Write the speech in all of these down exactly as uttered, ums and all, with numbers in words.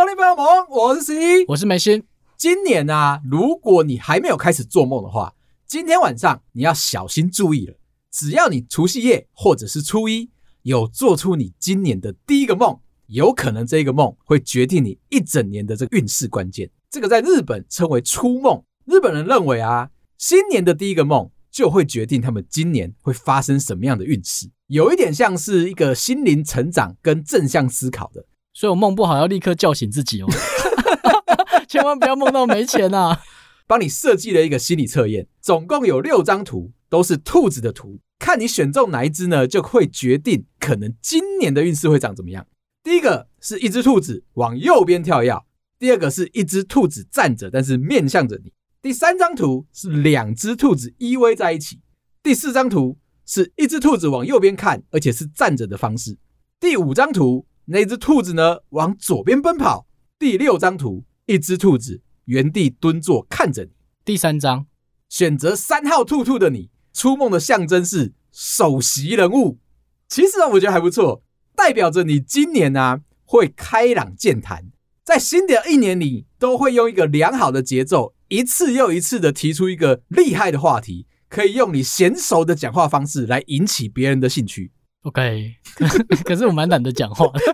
林朋友们，我是十一， 我是梅心。 今年啊，如果你还没有开始做梦的话，今天晚上你要小心注意了。只要你除夕夜或者是初一有做出你今年的第一个梦，有可能这个梦会决定你一整年的这个运势关键。这个在日本称为初梦。日本人认为啊，新年的第一个梦就会决定他们今年会发生什么样的运势，有一点像是一个心灵成长跟正向思考的。 所以我梦不好要立刻叫醒自己哦，千万不要梦到没钱啊！ 帮你设计了一个心理测验，总共有六张图，都是兔子的图，看你选中哪一只呢，就会决定可能今年的运势会长怎么样。第一个是一只兔子往右边跳跃，第二个是一只兔子站着但是面向着你，第三张图是两只兔子依偎在一起，第四张图是一只兔子往右边看而且是站着的方式，第五张图那只兔子呢往左边奔跑，第六张图一只兔子原地蹲坐看着你。 第三张选择三号兔兔的你，初梦的象征是首席人物。其实啊，我觉得还不错，代表着你今年啊会开朗健谈，在新的一年里都会用一个良好的节奏，一次又一次的提出一个厉害的话题，可以用你娴熟的讲话方式来引起别人的兴趣。 OK， 可是我蛮懒得讲话的。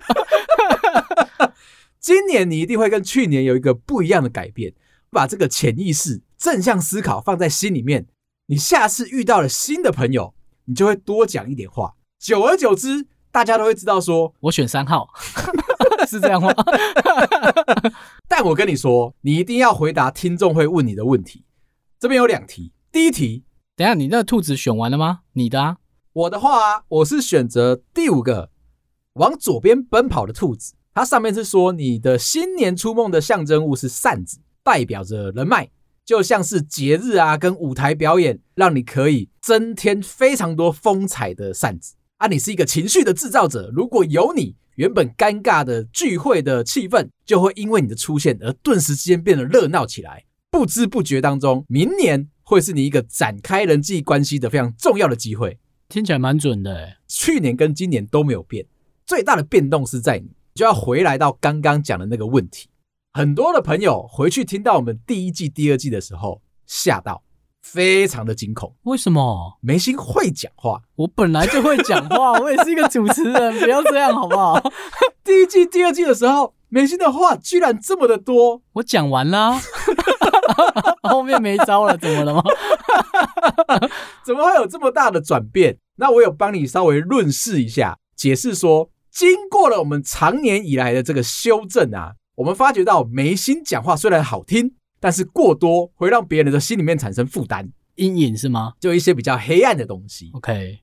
今年你一定会跟去年有一个不一样的改变，把这个潜意识正向思考放在心里面，你下次遇到了新的朋友，你就会多讲一点话，久而久之大家都会知道说我选三号。是这样吗？ 但我跟你说，你一定要回答听众会问你的问题。这边有两题，第一题， 等一下你那个兔子选完了吗？你的啊。 我的话啊，我是选择第五个往左边奔跑的兔子，它上面是说你的新年初梦的象征物是扇子，代表着人脉，就像是节日啊跟舞台表演，让你可以增添非常多风采的扇子啊。你是一个情绪的制造者，如果有你，原本尴尬的聚会的气氛就会因为你的出现而顿时之间变得热闹起来，不知不觉当中，明年会是你一个展开人际关系的非常重要的机会。 听起来蛮准的耶。 去年跟今年都没有变，最大的变动是在你就要回来到刚刚讲的那个问题。很多的朋友回去听到我们第一季第二季的时候吓到，非常的惊恐。 为什么？ 梅心会讲话， 我本来就会讲话，我也是一个主持人，不要这样好不好？ 第一季第二季的时候，梅心的话居然这么的多。 我讲完啦。后面没招了，怎么了吗？ 怎么会有这么大的转变？那我有帮你稍微论述一下，解释说，经过了我们长年以来的这个修正啊，我们发觉到梅心讲话虽然好听，但是过多会让别人的心里面产生负担， 阴影是吗？ 就一些比较黑暗的东西。 OK。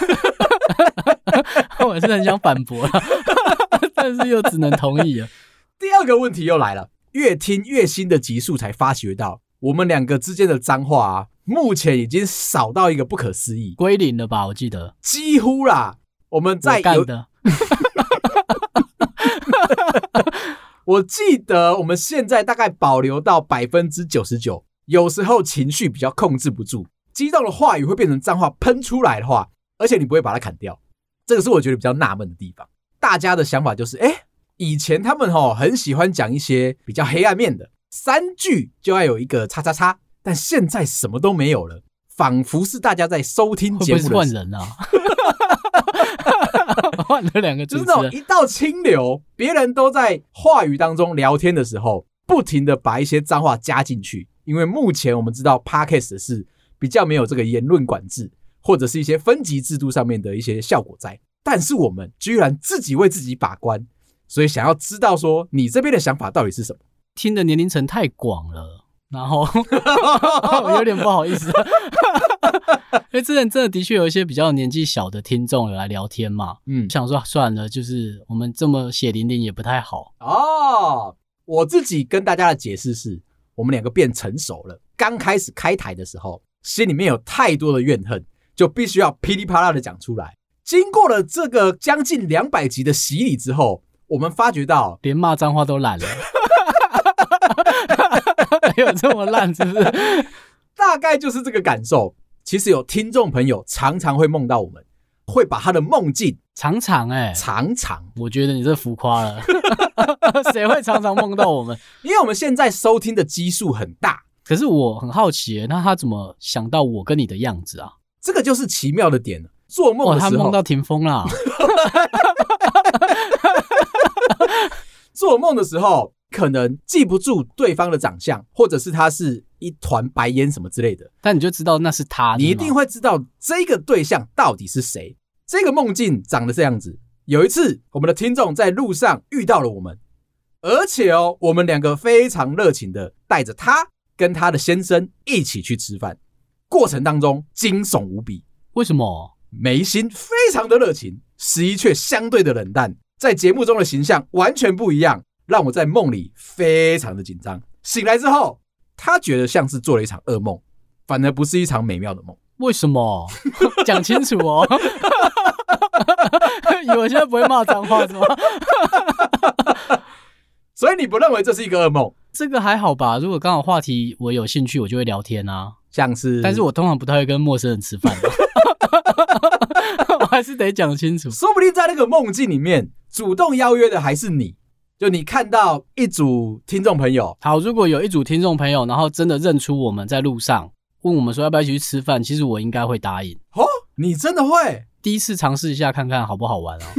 我是很想反驳了，但是又只能同意了。 第二个问题又来了，越听越新的集数才发觉到，我们两个之间的脏话啊，目前已经少到一个不可思议， 归零了吧？我记得几乎啦。我们在我干的。 我记得我们现在大概保留到 百分之九十九， 有时候情绪比较控制不住，激动的话语会变成脏话喷出来的话，而且你不会把它砍掉，这个是我觉得比较纳闷的地方。大家的想法就是，诶，以前他们齁很喜欢讲一些比较黑暗面的，三句就要有一个叉叉叉，但现在什么都没有了，仿佛是大家在收听节目的时候， 会不会是换人啊？换了两个主持人， 就是那种一道清流，别人都在话语当中聊天的时候，不停的把一些脏话加进去。因为目前我们知道 Podcast 是比较没有这个言论管制，或者是一些分级制度上面的一些效果在，但是我们居然自己为自己把关，所以想要知道说你这边的想法到底是什么。 听的年龄层太广了，然后我有点不好意思。因为之前真的的确有一些比较年纪小的听众有来聊天嘛，嗯，想说算了，就是我们这么血淋淋也不太好哦。我自己跟大家的解释是，我们两个变成熟了，刚开始开台的时候，心里面有太多的怨恨，就必须要噼里啪啦的讲出来。经过了这个将近两百集的洗礼之后，我们发觉到连骂脏话都懒了。有这么烂是不是？ 大概就是这个感受。其实有听众朋友常常会梦到我们，会把他的梦境常常哎、欸， 常常， 我觉得你这浮夸了，谁会常常梦到我们？ 因为我们现在收听的基数很大。 可是我很好奇、欸，那他怎么想到我跟你的样子啊？ 这个就是奇妙的点了。做梦的时候， 哦、他梦到霆锋啦。 做梦的时候，可能记不住对方的长相，或者是他是一团白烟什么之类的， 但你就知道那是他， 你一定会知道这个对象到底是谁。这个梦境长得这样子。有一次，我们的听众在路上遇到了我们，而且哦，我们两个非常热情的带着他跟他的先生一起去吃饭，过程当中惊悚无比。 为什么？ 眉心非常的热情，十一却相对的冷淡，在节目中的形象完全不一样，让我在梦里非常的紧张。醒来之后，他觉得像是做了一场噩梦，反而不是一场美妙的梦。 为什么？讲清楚哦。以为现在不会骂脏话是吗？ 所以你不认为这是一个噩梦？ 这个还好吧，如果刚好话题我有兴趣，我就会聊天啊。 像是， 但是我通常不太会跟陌生人吃饭。我还是得讲清楚。 说不定在那个梦境里面，主动邀约的还是你。就你看到一组听众朋友， 好，如果有一组听众朋友，然后真的认出我们在路上，问我们说要不要一起去吃饭，其实我应该会答应。 哦，你真的会？ 第一次尝试一下看看好不好玩哦。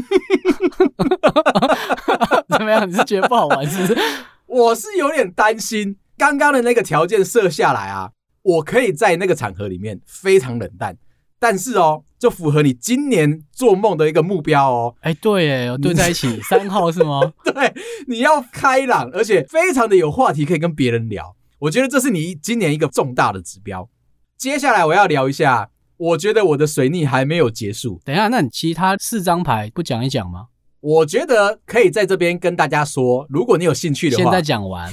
怎么样？你是觉得不好玩是不是？ 我是有点担心，刚刚的那个条件设下来啊，我可以在那个场合里面非常冷淡，但是哦，就符合你今年做梦的一个目标哦。 哎，对耶，对在一起三号是吗？ 对，你要开朗，而且非常的有话题可以跟别人聊。我觉得这是你今年一个重大的指标。接下来我要聊一下，我觉得我的水逆还没有结束。 等一下，那你其他四张牌不讲一讲吗？ 我觉得可以在这边跟大家说，如果你有兴趣的话， 现在讲完。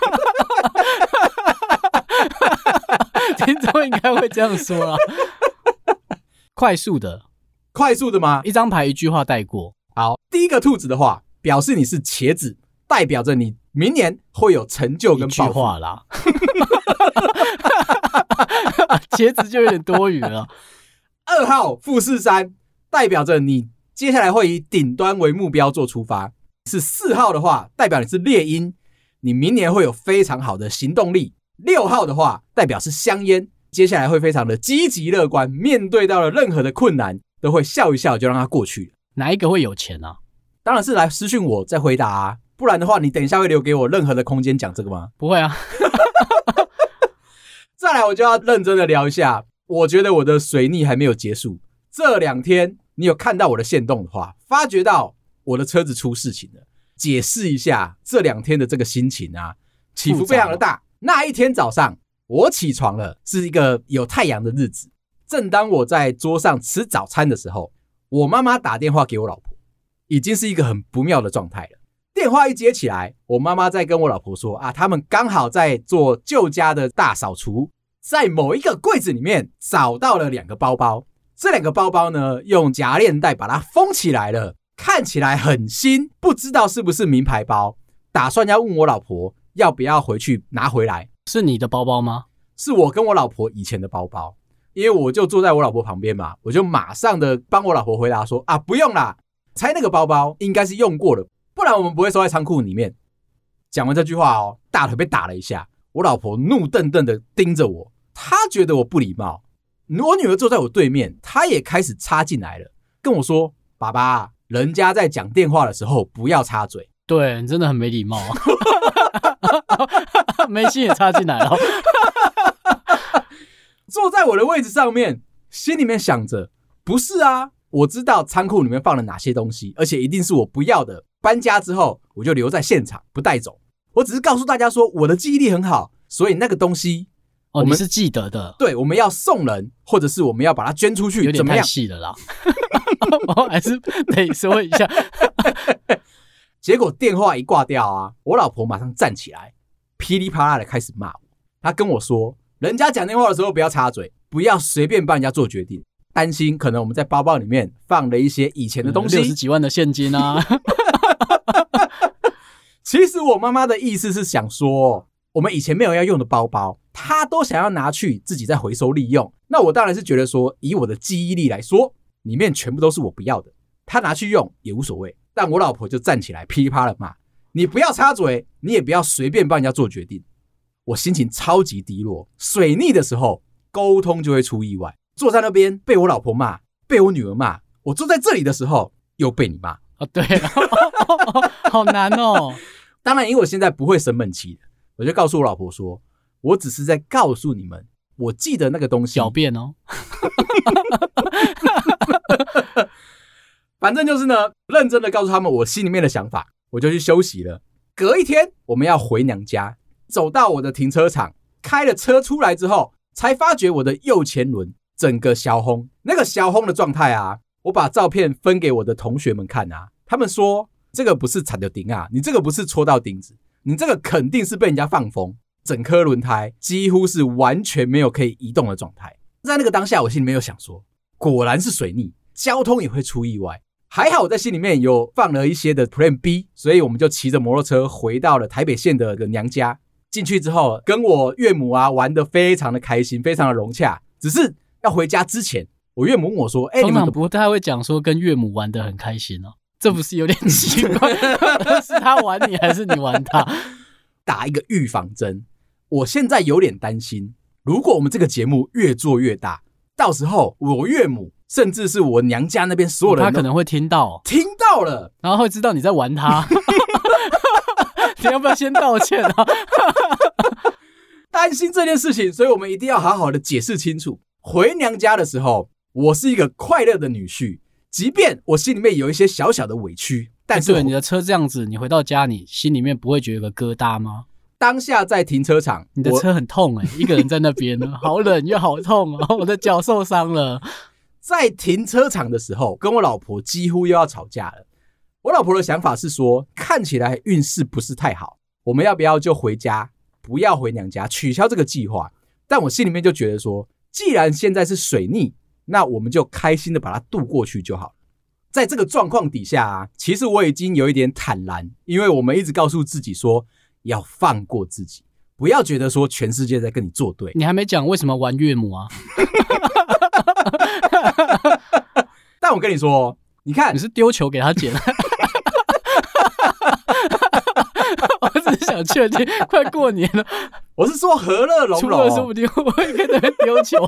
听众应该会这样说啦。快速的， 快速的吗？ 一张牌一句话带过。 好，第一个兔子的话，表示你是茄子，代表着你明年会有成就跟抱负。 一句话啦。茄子就有点多余了。 二号富士山，代表着你接下来会以顶端为目标做出发。是四号的话，代表你是猎鹰，你明年会有非常好的行动力。六号的话，代表是香烟，接下来会非常的积极乐观，面对到了任何的困难都会笑一笑就让它过去。 哪一个会有钱啊？ 当然是来私讯我再回答啊，不然的话你等一下会留给我任何的空间讲这个吗？ 不会啊。 再来我就要认真的聊一下，我觉得我的水逆还没有结束。这两天你有看到我的限动的话，发觉到我的车子出事情了。解释一下这两天的这个心情啊，起伏非常的大。那一天早上我起床了，是一个有太阳的日子。正当我在桌上吃早餐的时候，我妈妈打电话给我老婆，已经是一个很不妙的状态了。电话一接起来，我妈妈在跟我老婆说啊，他们刚好在做旧家的大扫除，在某一个柜子里面找到了两个包包。这两个包包呢，用夹链带把它封起来了，看起来很新，不知道是不是名牌包。打算要问我老婆要不要回去拿回来。 是你的包包吗？ 是我跟我老婆以前的包包。因为我就坐在我老婆旁边嘛，我就马上的帮我老婆回答说啊，不用啦，猜那个包包应该是用过的，不然我们不会收在仓库里面。讲完这句话哦，大腿被打了一下，我老婆怒瞪瞪的盯着我，她觉得我不礼貌。我女儿坐在我对面，她也开始插进来了，跟我说，爸爸，人家在讲电话的时候不要插嘴。 对，你真的很没礼貌。眉心也插进来了。 坐在我的位置上面，心里面想着，不是啊，我知道仓库里面放了哪些东西，而且一定是我不要的，搬家之后我就留在现场不带走。我只是告诉大家说我的记忆力很好，所以那个东西哦，你是记得的。 对，我们要送人，或者是我们要把它捐出去， 有点太细了啦。我还是得说一下。 结果电话一挂掉啊，我老婆马上站起来，噼里啪啦的开始骂我。她跟我说，人家讲电话的时候不要插嘴，不要随便帮人家做决定，担心可能我们在包包里面放了一些以前的东西， 六十几万的现金啊。 其实我妈妈的意思是想说，我们以前没有要用的包包，她都想要拿去自己再回收利用。那我当然是觉得说，以我的记忆力来说，里面全部都是我不要的。 他拿去用也无所谓。但我老婆就站起来噼里啪啦骂，你不要插嘴，你也不要随便帮人家做决定。我心情超级低落，水逆的时候沟通就会出意外，坐在那边被我老婆骂，被我女儿骂，我坐在这里的时候又被你骂。 哦，对好难哦。 当然因为我现在不会生闷气的，我就告诉我老婆说，我只是在告诉你们，我记得那个东西。 狡辩哦。 反正就是呢，认真的告诉他们我心里面的想法，我就去休息了。隔一天我们要回娘家，走到我的停车场，开了车出来之后，才发觉我的右前轮整个小轰。那个小轰的状态啊，我把照片分给我的同学们看啊，他们说这个不是踩到钉啊，你这个不是戳到钉子，你这个肯定是被人家放风，整颗轮胎几乎是完全没有可以移动的状态。在那个当下我心里面有想说，果然是水逆，交通也会出意外。还好我在心里面有放了一些的 Plan B， 所以我们就骑着摩托车回到了台北县的娘家。进去之后跟我岳母啊玩得非常的开心，非常的融洽。只是要回家之前，我岳母问我说，哎、欸， 通常不太会讲说跟岳母玩得很开心哦，这不是有点奇怪？是他玩你还是你玩他？ 打一个预防针，我现在有点担心，如果我们这个节目越做越大，到时候我岳母甚至是我娘家那边所有人， 他可能会听到， 听到了， 然后会知道你在玩他。你要不要先道歉啊？ 担心这件事情，所以我们一定要好好的解释清楚。回娘家的时候，我是一个快乐的女婿，即便我心里面有一些小小的委屈，但是对你的车这样子，你回到家，你心里面不会觉得有个疙瘩吗？ 当下在停车场， 你的车很痛哎、欸，一个人在那边呢，好冷又好痛哦，我的脚受伤了。 在停车场的时候，跟我老婆几乎又要吵架了。我老婆的想法是说，看起来运势不是太好，我们要不要就回家，不要回娘家，取消这个计划？但我心里面就觉得说，既然现在是水逆，那我们就开心的把它渡过去就好了。在这个状况底下啊，其实我已经有一点坦然，因为我们一直告诉自己说，要放过自己，不要觉得说全世界在跟你作对。 你还没讲为什么玩岳母啊？ 但我跟你说，你看， 你是丢球给他捡。我只是想确定，快过年了， 我是说和乐融融， 除了说不定我会跟他丢球。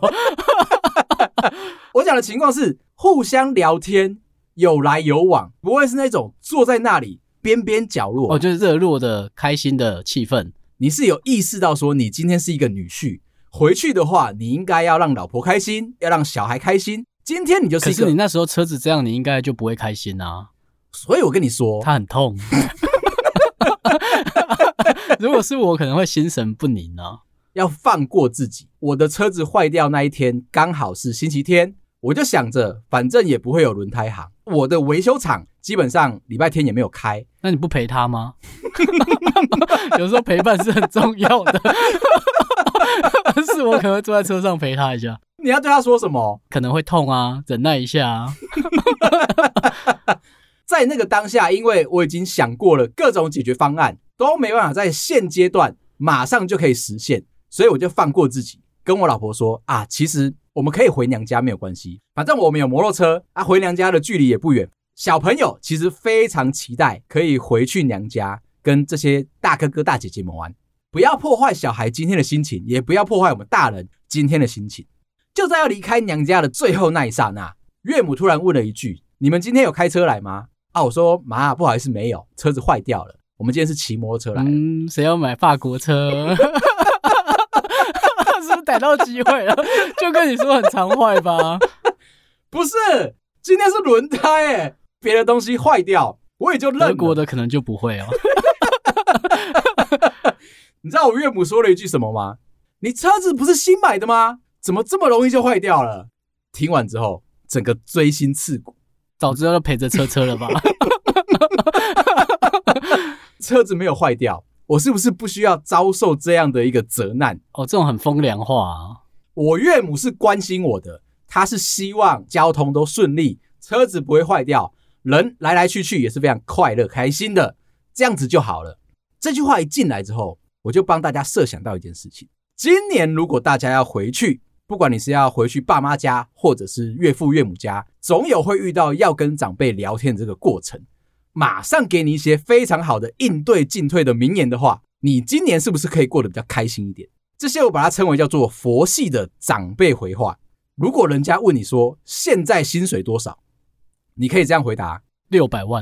我讲的情况是互相聊天，有来有往，不会是那种坐在那里边边角落， 哦，就是热络的开心的气氛。 你是有意识到说，你今天是一个女婿，回去的话，你应该要让老婆开心，要让小孩开心。今天你就是一个， 可是你那时候车子这样，你应该就不会开心啊。 所以我跟你说， 他很痛。如果是我，可能会心神不宁啊。 要放过自己。我的车子坏掉那一天刚好是星期天，我就想着反正也不会有轮胎行，我的维修厂基本上礼拜天也没有开。 那你不陪他吗？有时候陪伴是很重要的。是我可能会坐在车上陪他一下。 你要对他说什么？ 可能会痛啊，忍耐一下啊。 在那个当下，因为我已经想过了各种解决方案，都没办法在现阶段马上就可以实现，所以我就放过自己，跟我老婆说啊，其实我们可以回娘家没有关系，反正我们有摩托车啊，回娘家的距离也不远。小朋友其实非常期待可以回去娘家跟这些大哥哥大姐姐们玩，不要破坏小孩今天的心情，也不要破坏我们大人今天的心情。就在要离开娘家的最后那一刹那，岳母突然问了一句，你们今天有开车来吗？啊，我说妈，不好意思，没有，车子坏掉了，我们今天是骑摩托车来的。 嗯，谁要买法国车？是不是逮到机会了？就跟你说很常坏吧？ 不是，今天是轮胎耶，别的东西坏掉我也就认了。 德国的可能就不会哦。 你知道我岳母说了一句什么吗？你车子不是新买的吗？怎么这么容易就坏掉了？听完之后整个锥心刺骨， 早知道就陪着车车了吧。 车子没有坏掉，我是不是不需要遭受这样的一个责难？ 哦，这种很风凉话啊。 我岳母是关心我的，她是希望交通都顺利，车子不会坏掉，人来来去去也是非常快乐开心的，这样子就好了。这句话一进来之后，我就帮大家设想到一件事情，今年如果大家要回去， 不管你是要回去爸妈家，或者是岳父岳母家，总有会遇到要跟长辈聊天的这个过程。马上给你一些非常好的应对进退的名言的话，你今年是不是可以过得比较开心一点？这些我把它称为叫做佛系的长辈回话。如果人家问你说现在薪水多少，你可以这样回答： 六百万。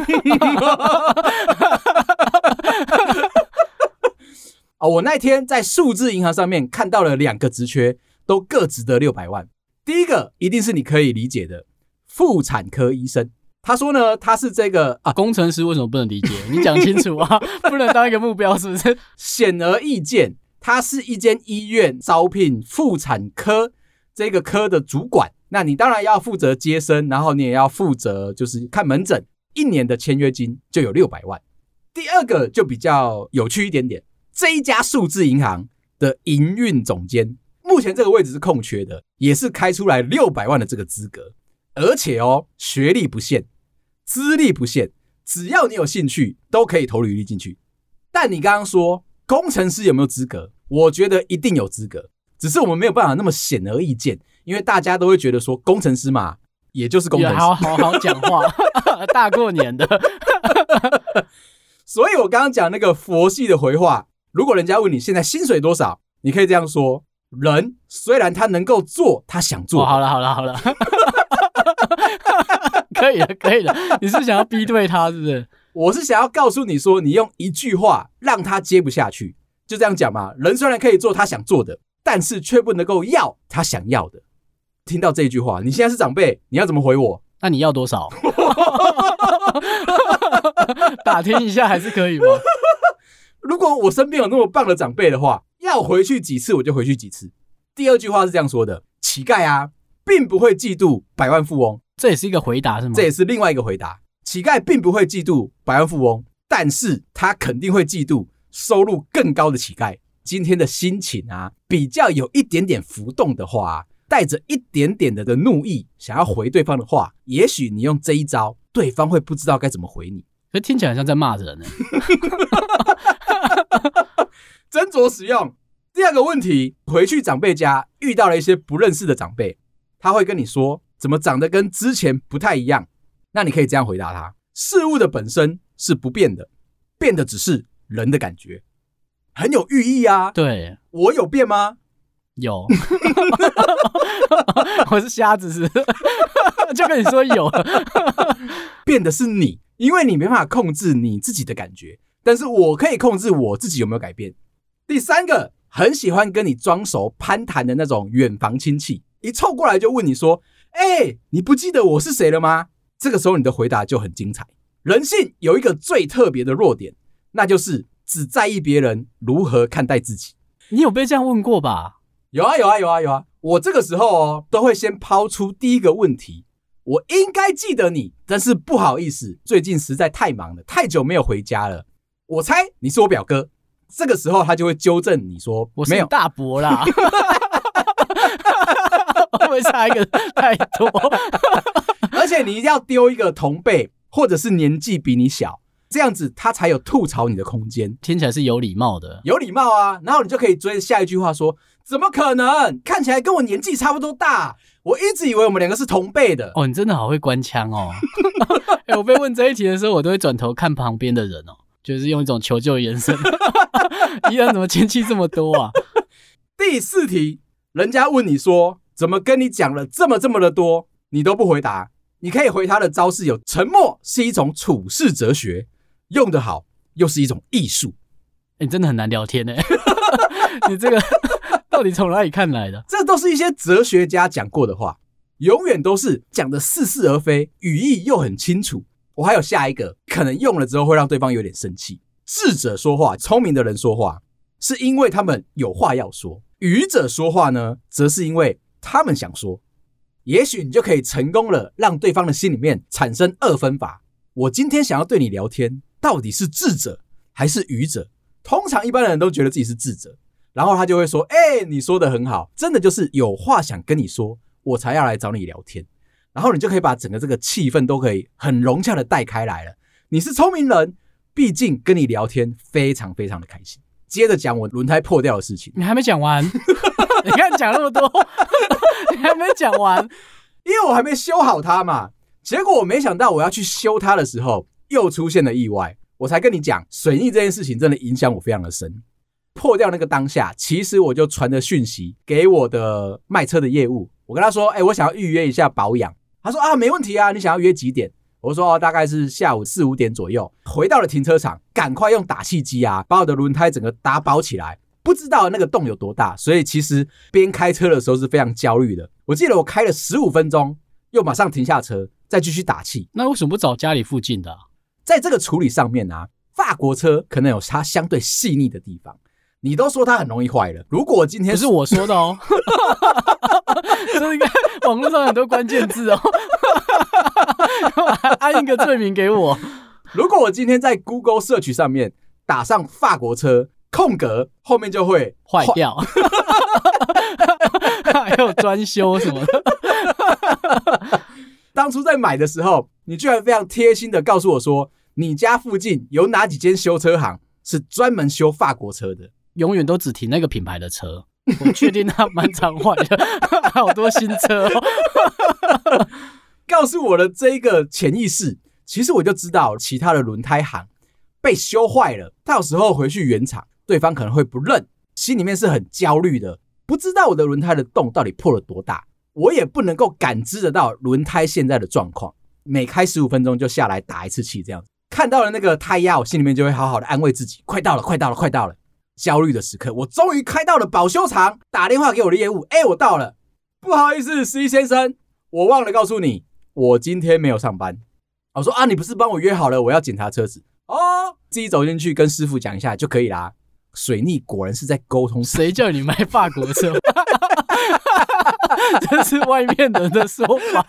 哦，我那天在数字银行上面看到了两个职缺，都各值得六百万。第一个一定是你可以理解的，妇产科医生。他说呢，他是这个啊，工程师为什么不能理解？你讲清楚啊，不能当一个目标是不是？ 显而易见，他是一间医院招聘妇产科这个科的主管。那你当然要负责接生，然后你也要负责就是看门诊，一年的签约金就有六百万。第二个就比较有趣一点点，这一家数字银行的营运总监，目前这个位置是空缺的，也是开出来六百万的这个资格，而且哦，学历不限，资历不限，只要你有兴趣都可以投履历进去。但你刚刚说工程师有没有资格？我觉得一定有资格，只是我们没有办法那么显而易见，因为大家都会觉得说工程师嘛，也就是工程师， 好好好讲话，大过年的。 所以我刚刚讲那个佛系的回话，如果人家问你现在薪水多少，你可以这样说：人虽然他能够做他想做的、 哦、好了好了好了可以了可以了，你是想要逼对他是不是？ 我是想要告诉你说，你用一句话让他接不下去，就这样讲嘛。人虽然可以做他想做的，但是却不能够要他想要的。听到这句话，你现在是长辈，你要怎么回我？ 那你要多少？打听一下还是可以吗？ 如果我身边有那么棒的长辈的话，要回去几次我就回去几次。第二句话是这样说的：乞丐啊，并不会嫉妒百万富翁。 这也是一个回答是吗？ 这也是另外一个回答。乞丐并不会嫉妒百万富翁，但是他肯定会嫉妒收入更高的乞丐。今天的心情啊，比较有一点点浮动的话、啊，带着一点点的怒意，想要回对方的话，也许你用这一招，对方会不知道该怎么回你。 可听起来像在骂人呢。 斟酌使用。第二个问题，回去长辈家遇到了一些不认识的长辈，他会跟你说怎么长得跟之前不太一样，那你可以这样回答他：事物的本身是不变的，变的只是人的感觉。很有寓意啊。 对， 我有变吗？ 有。我是瞎子是就跟你说有了。 变的是你，因为你没办法控制你自己的感觉，但是我可以控制我自己有没有改变。第三个，很喜欢跟你装熟攀谈的那种远房亲戚，一凑过来就问你说：欸，你不记得我是谁了吗？这个时候你的回答就很精彩。人性有一个最特别的弱点，那就是只在意别人如何看待自己。 你有被这样问过吧？ 有啊有啊有啊有啊。我这个时候哦，都会先抛出第一个问题：我应该记得你，但是不好意思，最近实在太忙了，太久没有回家了。我猜你是我表哥。这个时候他就会纠正你说： 我是大伯啦。会不会差一个太多？ 而且你一定要丢一个同辈或者是年纪比你小，这样子他才有吐槽你的空间。 听起来是有礼貌的。 有礼貌啊，然后你就可以追下一句话说：怎么可能？看起来跟我年纪差不多大，我一直以为我们两个是同辈的。 哦，你真的好会官腔哦。欸，我被问这一题的时候，我都会转头看旁边的人哦，就是用一种求救的眼神。依然怎么亲戚这么多啊？ 第四题，人家问你说怎么跟你讲了这么这么的多，你都不回答。你可以回他的招式有：沉默是一种处世哲学，用得好又是一种艺术。 欸，你真的很难聊天欸。你这个到底从哪里看来的？ 这都是一些哲学家讲过的话，永远都是讲的似是而非，语义又很清楚。我还有下一个，可能用了之后会让对方有点生气。智者说话，聪明的人说话，是因为他们有话要说；愚者说话呢，则是因为他们想说。也许你就可以成功了，让对方的心里面产生二分法。我今天想要对你聊天，到底是智者还是愚者？通常一般人都觉得自己是智者，然后他就会说：欸，你说的很好，真的就是有话想跟你说，我才要来找你聊天。然后你就可以把整个这个气氛都可以很融洽的带开来了。你是聪明人，毕竟跟你聊天非常非常的开心。接着讲我轮胎破掉的事情。 你还没讲完。 你看讲那么多，你还没讲完， 因为我还没修好它嘛。结果我没想到我要去修它的时候，又出现了意外。我才跟你讲，水逆这件事情真的影响我非常的深。破掉那个当下，其实我就传了讯息给我的卖车的业务，我跟他说，哎、欸，我想要预约一下保养。他说啊，没问题啊，你想要约几点？我说、哦、大概是下午四五点左右。回到了停车场，赶快用打气机啊，把我的轮胎整个打包起来。不知道那个洞有多大，所以其实边开车的时候是非常焦虑的。我记得我开了十五分钟，又马上停下车，再继续打气。 那为什么不找家里附近的、啊？ 在这个处理上面啊，法国车可能有它相对细腻的地方。你都说它很容易坏了，如果今天不是我说的哦，这应该网络上很多关键字哦，安一个罪名给我。 如果我今天在 Google Search 上面打上法国车空格，后面就会坏掉，还有专修什么的。 当初在买的时候，你居然非常贴心的告诉我说，你家附近有哪几间修车行是专门修法国车的。 永远都只停那个品牌的车，我确定它蛮常坏的，好多新车哦。 告诉我的这一个潜意识，其实我就知道其他的轮胎行被修坏了，到时候回去原厂，对方可能会不认，心里面是很焦虑的，不知道我的轮胎的洞到底破了多大，我也不能够感知得到轮胎现在的状况。每开十五分钟就下来打一次气，这样子看到了那个胎压，我心里面就会好好的安慰自己，快到了，快到了，快到了。焦虑的时刻，我终于开到了保修厂，打电话给我的业务，哎、欸，我到了，不好意思，石一先生，我忘了告诉你，我今天没有上班。我说啊，你不是帮我约好了，我要检查车子哦，自己走进去跟师傅讲一下就可以啦。水逆果然是在沟通， 谁叫你买法国车？这是外面人的说法。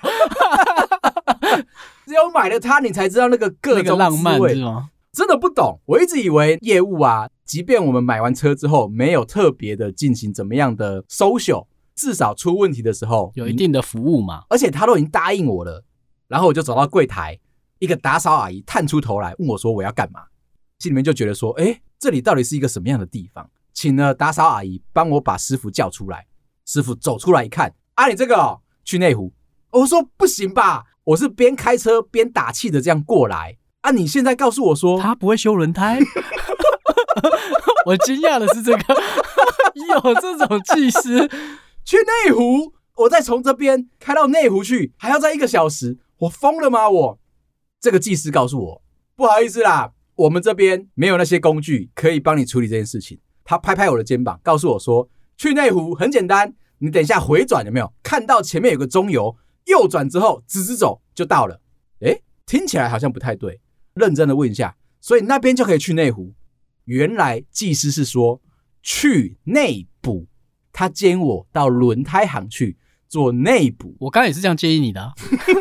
只有买了它，你才知道那个各种滋味、那个、 浪漫是吗？ 真的不懂，我一直以为业务啊，即便我们买完车之后没有特别的进行怎么样的 social， 至少出问题的时候有一定的服务嘛。 而且他都已经答应我了，然后我就走到柜台，一个打扫阿姨探出头来问我说我要干嘛，心里面就觉得说，哎，这里到底是一个什么样的地方？请了打扫阿姨帮我把师傅叫出来，师傅走出来一看，啊，你这个哦，去内湖。我说不行吧，我是边开车边打气的这样过来。啊！你现在告诉我说他不会修轮胎，我惊讶的是这个，有这种技师去内湖，我再从这边开到内湖去，还要再一个小时，我疯了吗？我这个技师告诉我，不好意思啦，我们这边没有那些工具可以帮你处理这件事情。他拍拍我的肩膀，告诉我说，去内湖很简单，你等一下回转有没有看到前面有个中油，右转之后直直走就到了。诶，听起来好像不太对。认真的问一下，所以那边就可以去内湖。原来技师是说去内补，他建议我到轮胎行去做内补。 我刚才也是这样建议你的、啊。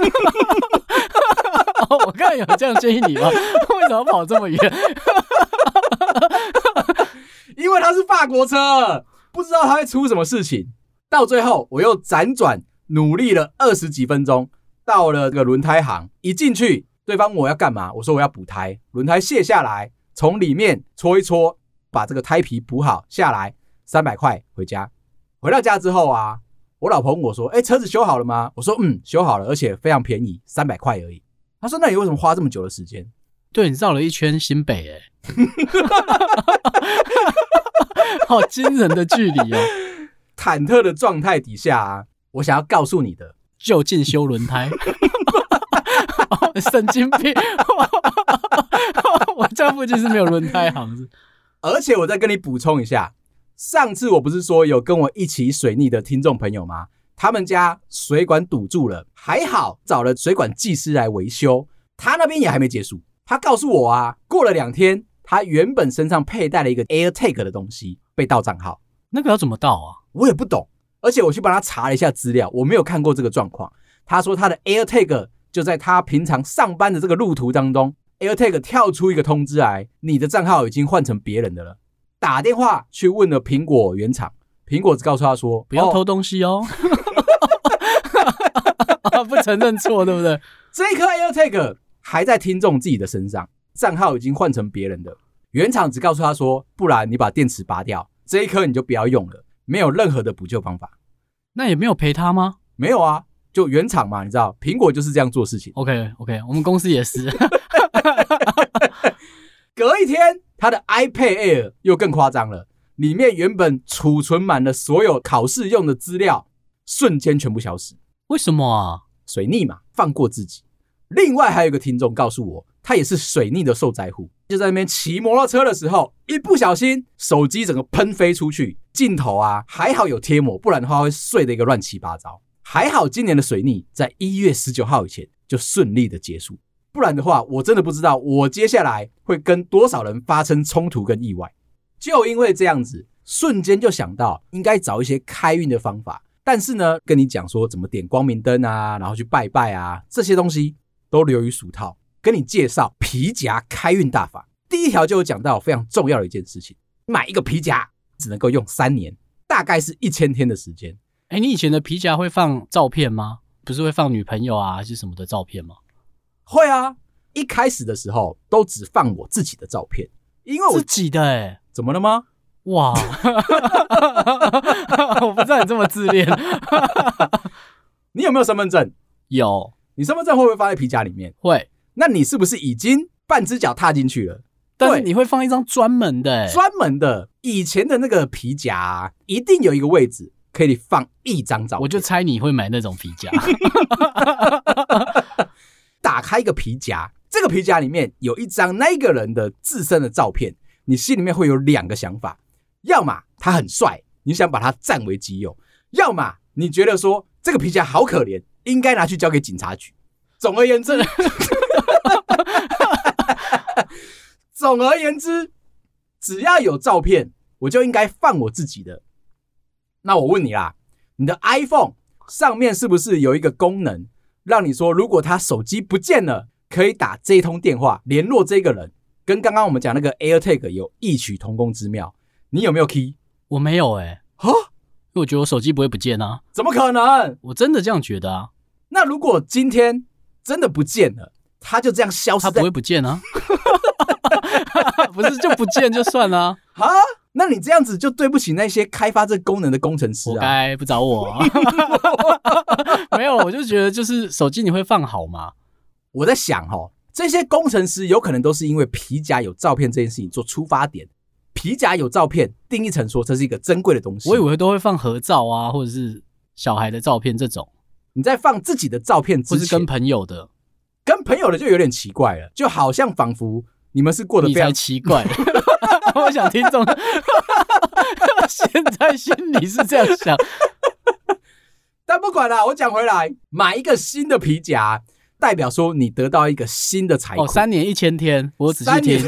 我刚才有这样建议你吗？为什么要跑这么远？ 因为它是法国车，不知道它会出什么事情。到最后我又辗转努力了二十几分钟，到了这个轮胎行，一进去对方问我要干嘛，我说我要补胎，轮胎卸下来，从里面搓一搓，把这个胎皮补好下来，三百块回家。回到家之后啊，我老婆问我说，哎，车子修好了吗？我说嗯，修好了，而且非常便宜，三百块而已。她说那你为什么花这么久的时间？ 对，你绕了一圈新北耶好惊人的距离哦。 忐忑的状态底下啊，我想要告诉你的， 就近修轮胎神经病我家附近是没有轮胎行子。 而且我再跟你补充一下，上次我不是说有跟我一起水逆的听众朋友吗？他们家水管堵住了，还好找了水管技师来维修，他那边也还没结束。他告诉我啊，过了两天，他原本身上佩戴了一个 AirTag 的东西被盗账号。 那个要怎么盗啊？ 我也不懂，而且我去帮他查了一下资料，我没有看过这个状况。他说他的 AirTag 就在他平常上班的这个路途当中， AirTag 跳出一个通知来，你的账号已经换成别人的了。打电话去问了苹果原厂，苹果只告诉他说不要偷东西哦，哦不承认错，对不对？ 这一颗 AirTag 还在听众自己的身上，账号已经换成别人的。原厂只告诉他说，不然你把电池拔掉，这一颗你就不要用了。 没有任何的补救方法。 那也没有赔他吗？ 没有啊，就原厂嘛，你知道苹果就是这样做事情。 OK OK， 我们公司也是。 隔一天他的 iPad Air 又更夸张了，里面原本储存满了所有考试用的资料，瞬间全部消失。 为什么啊？ 水逆嘛，放过自己。另外还有一个听众告诉我，他也是水逆的受灾户，就在那边骑摩托车的时候，一不小心手机整个喷飞出去，镜头啊还好有贴膜，不然的话会碎的一个乱七八糟。还好今年的水逆在一月十九号以前就顺利的结束，不然的话我真的不知道我接下来会跟多少人发生冲突跟意外。就因为这样子，瞬间就想到应该找一些开运的方法，但是呢跟你讲说怎么点光明灯啊，然后去拜拜啊，这些东西都流于俗套。跟你介绍皮夹开运大法，第一条就有讲到非常重要的一件事情，买一个皮夹只能够用三年，大概是一千天的时间。 哎，你以前的皮夹会放照片吗？不是会放女朋友啊还是什么的照片吗？ 会啊，一开始的时候都只放我自己的照片，因为我自己的哎， 怎么了吗？ 哇，我不知道你这么自恋。 你有没有身份证？ 有。 你身份证会不会放在皮夹里面？ 会。 那你是不是已经半只脚踏进去了？ 但是你会放一张专门的、欸、 专门的。以前的那个皮夹、啊、一定有一个位置可以放一张照片。 我就猜你会买那种皮夹。 打开一个皮夹，这个皮夹里面有一张那个人的自身的照片，你心里面会有两个想法，要么他很帅，你想把他占为己有，要么你觉得说这个皮夹好可怜，应该拿去交给警察局。总而言之总而言之，只要有照片，我就应该放我自己的。那我问你啦，你的 iPhone 上面是不是有一个功能，让你说如果他手机不见了，可以打这一通电话联络这个人，跟刚刚我们讲那个 AirTag 有异曲同工之妙？你有没有 key？ 我没有哎、欸， 哈， 因为我觉得我手机不会不见啊。 怎么可能？ 我真的这样觉得啊。 那如果今天真的不见了，他就这样消失在， 他不会不见啊。不是就不见就算了啊？ 哈，那你这样子就对不起那些开发这功能的工程师啊！ 活该不找我啊。没有，我就觉得就是手机你会放好吗？ 我在想齁，这些工程师有可能都是因为皮夹有照片这件事情做出发点，皮夹有照片定义成说这是一个珍贵的东西。 我以为都会放合照啊，或者是小孩的照片这种。 你在放自己的照片之前， 或是跟朋友的， 跟朋友的就有点奇怪了，就好像仿佛你们是过得非常你才奇怪。我想听众现在心里是这样想。 但不管啦，我讲回来，买一个新的皮夹代表说你得到一个新的财库。 哦，三年一千天，我仔细听。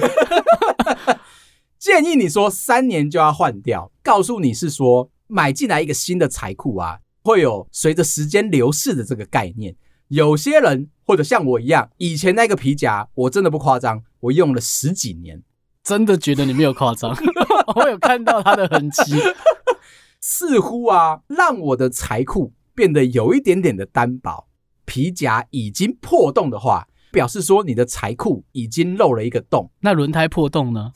建议你说三年就要换掉，告诉你是说买进来一个新的财库啊，会有随着时间流逝的这个概念。有些人或者像我一样，以前那个皮夹我真的不夸张，我用了十几年。 真的觉得你没有夸张。我有看到它的痕迹。 似乎啊让我的财库变得有一点点的单薄。皮夹已经破洞的话，表示说你的财库已经漏了一个洞。 那轮胎破洞呢？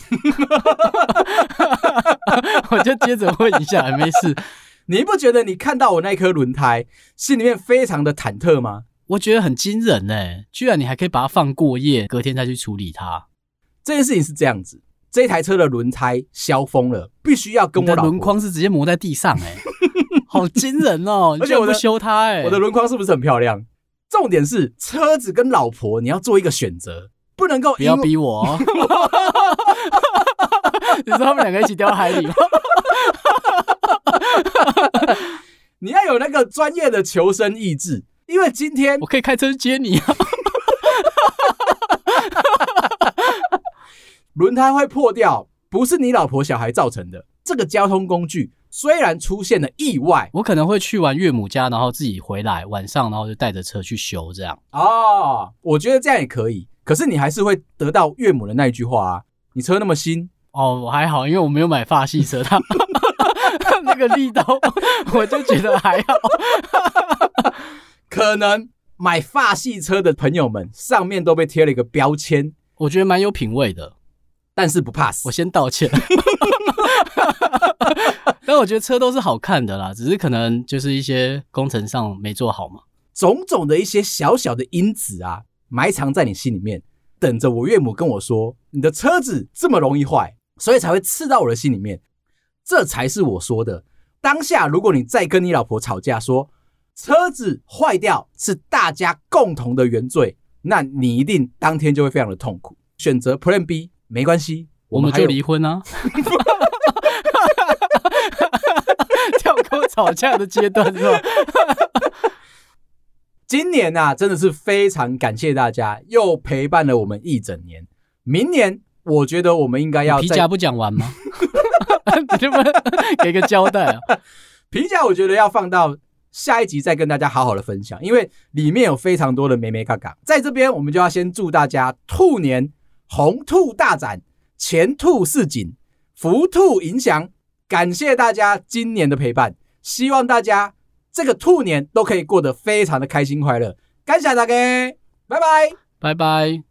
我就接着问一下，没事。 你不觉得你看到我那颗轮胎心里面非常的忐忑吗？ 我觉得很惊人耶，居然你还可以把它放过夜，隔天再去处理它。这件事情是这样子，这台车的轮胎消风了，必须要跟我老婆。 你的轮框是直接磨在地上耶。好惊人哦！ 而且我不修它耶， 我的轮框是不是很漂亮？重点是车子跟老婆你要做一个选择，不能够不要逼我哦。你说他们两个一起掉海里吗？ 你要有那个专业的求生意志，因为今天我可以开车去接你啊。 轮胎会破掉，不是你老婆小孩造成的。这个交通工具虽然出现了意外， 我可能会去完岳母家，然后自己回来，晚上然后就带着车去修这样。 哦，我觉得这样也可以。可是你还是会得到岳母的那一句话啊，你车那么新。 哦，我还好，因为我没有买法系车，它那个力道我就觉得还好。 可能买法系车的朋友们上面都被贴了一个标签， 我觉得蛮有品味的， 但是不怕死。 我先道歉。但我觉得车都是好看的啦，只是可能就是一些工程上没做好嘛。 种种的一些小小的因子啊，埋藏在你心里面，等着我岳母跟我说，你的车子这么容易坏，所以才会刺到我的心里面。这才是我说的，当下如果你再跟你老婆吵架说车子坏掉是大家共同的原罪，那你一定当天就会非常的痛苦。选择 Plan B 没关系， 我们就离婚啊。跳过吵架的阶段是吧？ 今年啊，真的是非常感谢大家，又陪伴了我们一整年。明年我觉得我们应该要皮夹不讲完吗？你能不能给个交代啊？ 皮夹我觉得要放到下一集再跟大家好好的分享，因为里面有非常多的眉眉角角。在这边我们就要先祝大家兔年红兔大展，前兔似锦，福兔迎祥。感谢大家今年的陪伴，希望大家这个兔年都可以过得非常的开心快乐。感谢大家，拜拜， 拜拜。